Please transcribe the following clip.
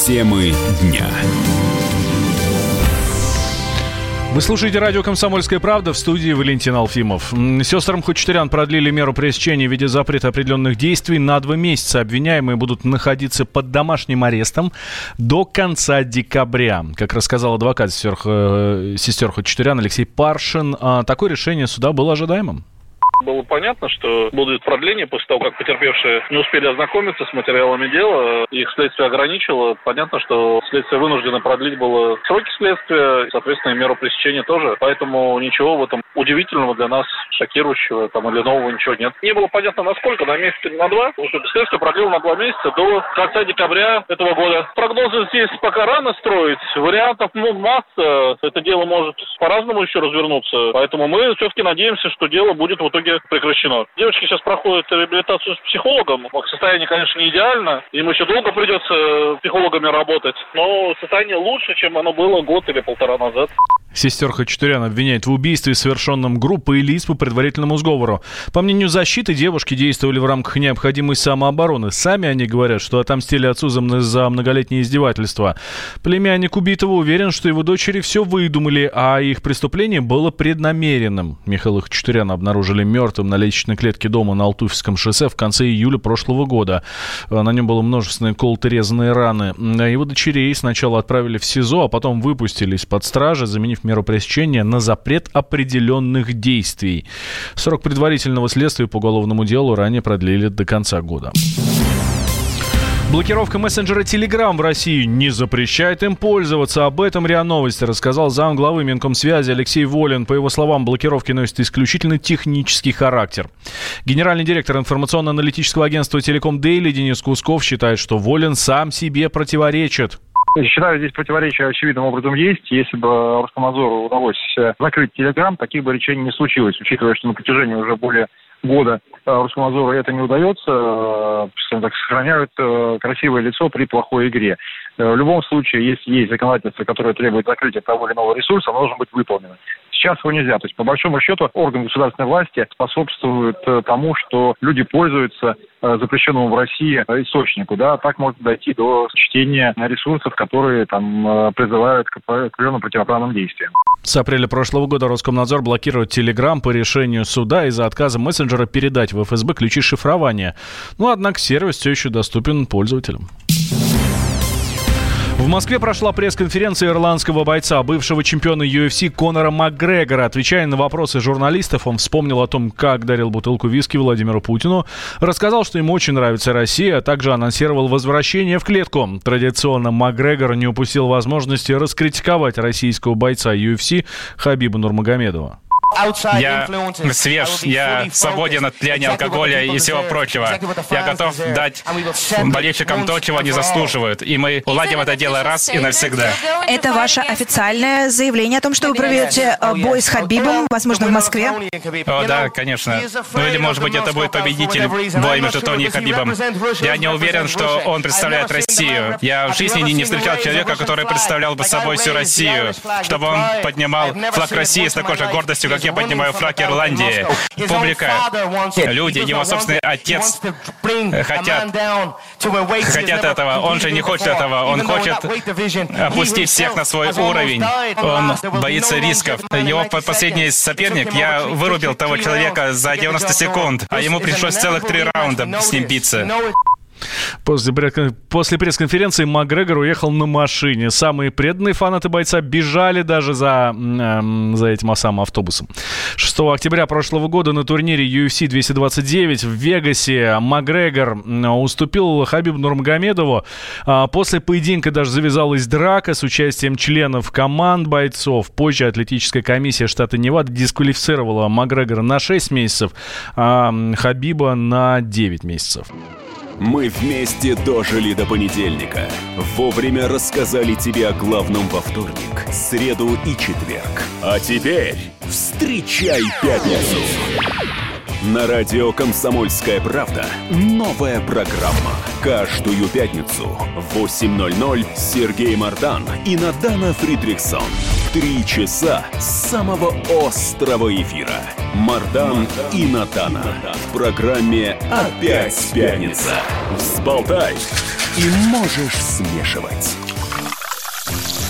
Темы дня. Вы слушаете радио «Комсомольская правда», в студии Валентин Алфимов. Сестрам Хачатурян продлили меру пресечения в виде запрета определенных действий на 2 месяца. Обвиняемые будут находиться под домашним арестом до конца декабря. Как рассказал адвокат сестер Хачатурян Алексей Паршин, такое решение суда было ожидаемым. Было понятно, что будет продление после того, как потерпевшие не успели ознакомиться с материалами дела. Их следствие ограничило. Понятно, что следствие вынуждено продлить было сроки следствия, соответственно, и меру пресечения тоже. Поэтому ничего в этом удивительного для нас, шокирующего или нового ничего нет. Не было понятно, насколько, на месяц или на 2. Потому что следствие продлило на 2 месяца до конца декабря этого года. Прогнозы здесь пока рано строить. Вариантов масса. Это дело может по-разному еще развернуться. Поэтому мы все-таки надеемся, что дело будет в итоге прекращено. Девочки сейчас проходят реабилитацию с психологом. Состояние, конечно, не идеально. Им еще долго придется с психологами работать. Но состояние лучше, чем оно было год или 1,5 назад. Сестер Хачатурян обвиняют в убийстве, совершенном группой лиц по предварительному сговору. По мнению защиты, девушки действовали в рамках необходимой самообороны. Сами они говорят, что отомстили отцу за многолетнее издевательство. Племянник убитого уверен, что его дочери все выдумали, а их преступление было преднамеренным. Михаила Хачатуряна обнаружили мертвым на лестничной клетке дома на Алтуфьевском шоссе в конце июля прошлого года. На нем было множественные колото-резанные раны. Его дочерей сначала отправили в СИЗО, а потом выпустили из-под стражи, заменив меру пресечения на запрет определенных действий. Срок предварительного следствия по уголовному делу ранее продлили до конца года. Блокировка мессенджера Telegram в России не запрещает им пользоваться. Об этом РИА Новости рассказал замглавы Минкомсвязи Алексей Волин. По его словам, блокировки носят исключительно технический характер. Генеральный директор информационно-аналитического агентства Telecom Daily Денис Кусков считает, что Волин сам себе противоречит. Считаю, здесь противоречие очевидным образом есть. Если бы Роскомнадзору удалось закрыть Telegram, таких бы речений не случилось, учитывая, что на протяжении уже более года Роскомнадзору это не удается, сохраняют красивое лицо при плохой игре. В любом случае, если есть законодательство, которое требует закрытия того или иного ресурса, оно должно быть выполнено. Сейчас его нельзя. То есть, по большому счету, органы государственной власти способствуют тому, что люди пользуются запрещенному в России источнику. Да? Так может дойти до чтения ресурсов, которые призывают к определенным противоправным действиям. С апреля прошлого года Роскомнадзор блокирует Telegram по решению суда из-за отказа мессенджера передать в ФСБ ключи шифрования. Однако сервис все еще доступен пользователям. В Москве прошла пресс-конференция ирландского бойца, бывшего чемпиона UFC Конора Макгрегора. Отвечая на вопросы журналистов, он вспомнил о том, как дарил бутылку виски Владимиру Путину, рассказал, что ему очень нравится Россия, а также анонсировал возвращение в клетку. Традиционно Макгрегор не упустил возможности раскритиковать российского бойца UFC Хабиба Нурмагомедова. Я свеж, я свободен от влияния алкоголя и всего прочего. Я готов дать болельщикам то, чего они заслуживают. И мы уладим это дело раз и навсегда. Это ваше официальное заявление о том, что вы проведете бой с Хабибом, возможно, в Москве? О, да, конечно. Или, может быть, это будет победитель боя между Тони и Хабибом. Я не уверен, что он представляет Россию. Я в жизни не встречал человека, который представлял бы собой всю Россию. Чтобы он поднимал флаг России с такой же гордостью, как я поднимаю флаг Ирландии. Публика, люди, его собственный отец хотят этого. Он же не хочет этого. Он хочет опустить всех на свой уровень. Он боится рисков. Его последний соперник, я вырубил того человека за 90 секунд, а ему пришлось целых 3 раунда с ним биться. После пресс-конференции Макгрегор уехал на машине. Самые преданные фанаты бойца бежали даже за этим самым автобусом. 6 октября прошлого года на турнире UFC 229 в Вегасе Макгрегор уступил Хабибу Нурмагомедову. После поединка даже завязалась драка с участием членов команд бойцов. Позже атлетическая комиссия штата Невада дисквалифицировала Макгрегора на 6 месяцев, а Хабиба на 9 месяцев. Мы вместе дожили до понедельника. Вовремя рассказали тебе о главном во вторник, среду и четверг. А теперь встречай пятницу. На радио «Комсомольская правда» новая программа. Каждую пятницу в 8:00 Сергей Мардан и Надана Фридрихсон 3 часа самого острого эфира. Мардан и Натана. В программе «Опять пятница». Взболтай и можешь смешивать.